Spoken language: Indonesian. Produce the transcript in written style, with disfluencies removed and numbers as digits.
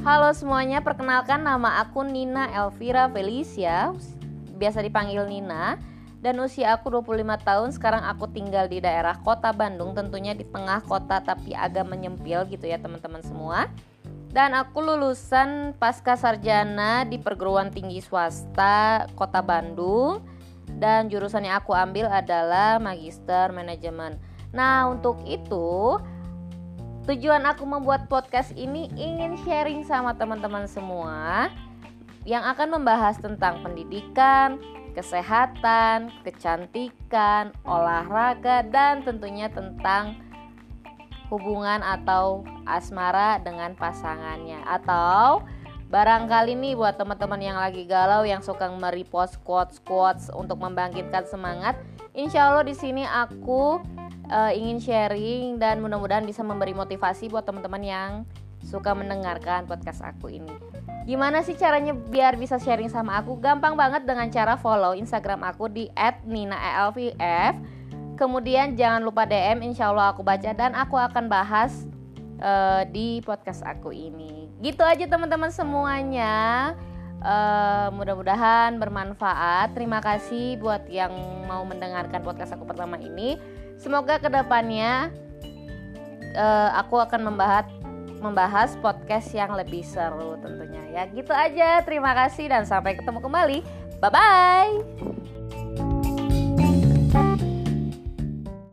Halo semuanya, perkenalkan nama aku Nina Elvira Felicia, biasa dipanggil Nina. Dan usia aku 25 tahun, sekarang aku tinggal di daerah kota Bandung, tentunya di tengah kota tapi agak menyempil gitu ya teman-teman semua. Dan aku lulusan pasca sarjana di perguruan tinggi swasta kota Bandung. Dan jurusan yang aku ambil adalah Magister Manajemen. Nah, untuk itu tujuan aku membuat podcast ini ingin sharing sama teman-teman semua yang akan membahas tentang pendidikan, kesehatan, kecantikan, olahraga, dan tentunya tentang hubungan atau asmara dengan pasangannya. Atau barangkali nih buat teman-teman yang lagi galau, yang suka merepost quotes untuk membangkitkan semangat, insya Allah di sini aku ingin sharing dan mudah-mudahan bisa memberi motivasi buat teman-teman yang suka mendengarkan podcast aku ini. Gimana sih caranya biar bisa sharing sama aku? Gampang banget dengan cara follow Instagram aku di @ninaelvf. Kemudian jangan lupa DM, insya Allah aku baca dan aku akan bahas di podcast aku ini. Gitu aja teman-teman semuanya. Mudah-mudahan bermanfaat. Terima kasih buat yang mau mendengarkan podcast aku pertama ini. Semoga kedepannya aku akan membahas podcast yang lebih seru tentunya ya. Gitu aja, terima kasih dan sampai ketemu kembali. Bye-bye.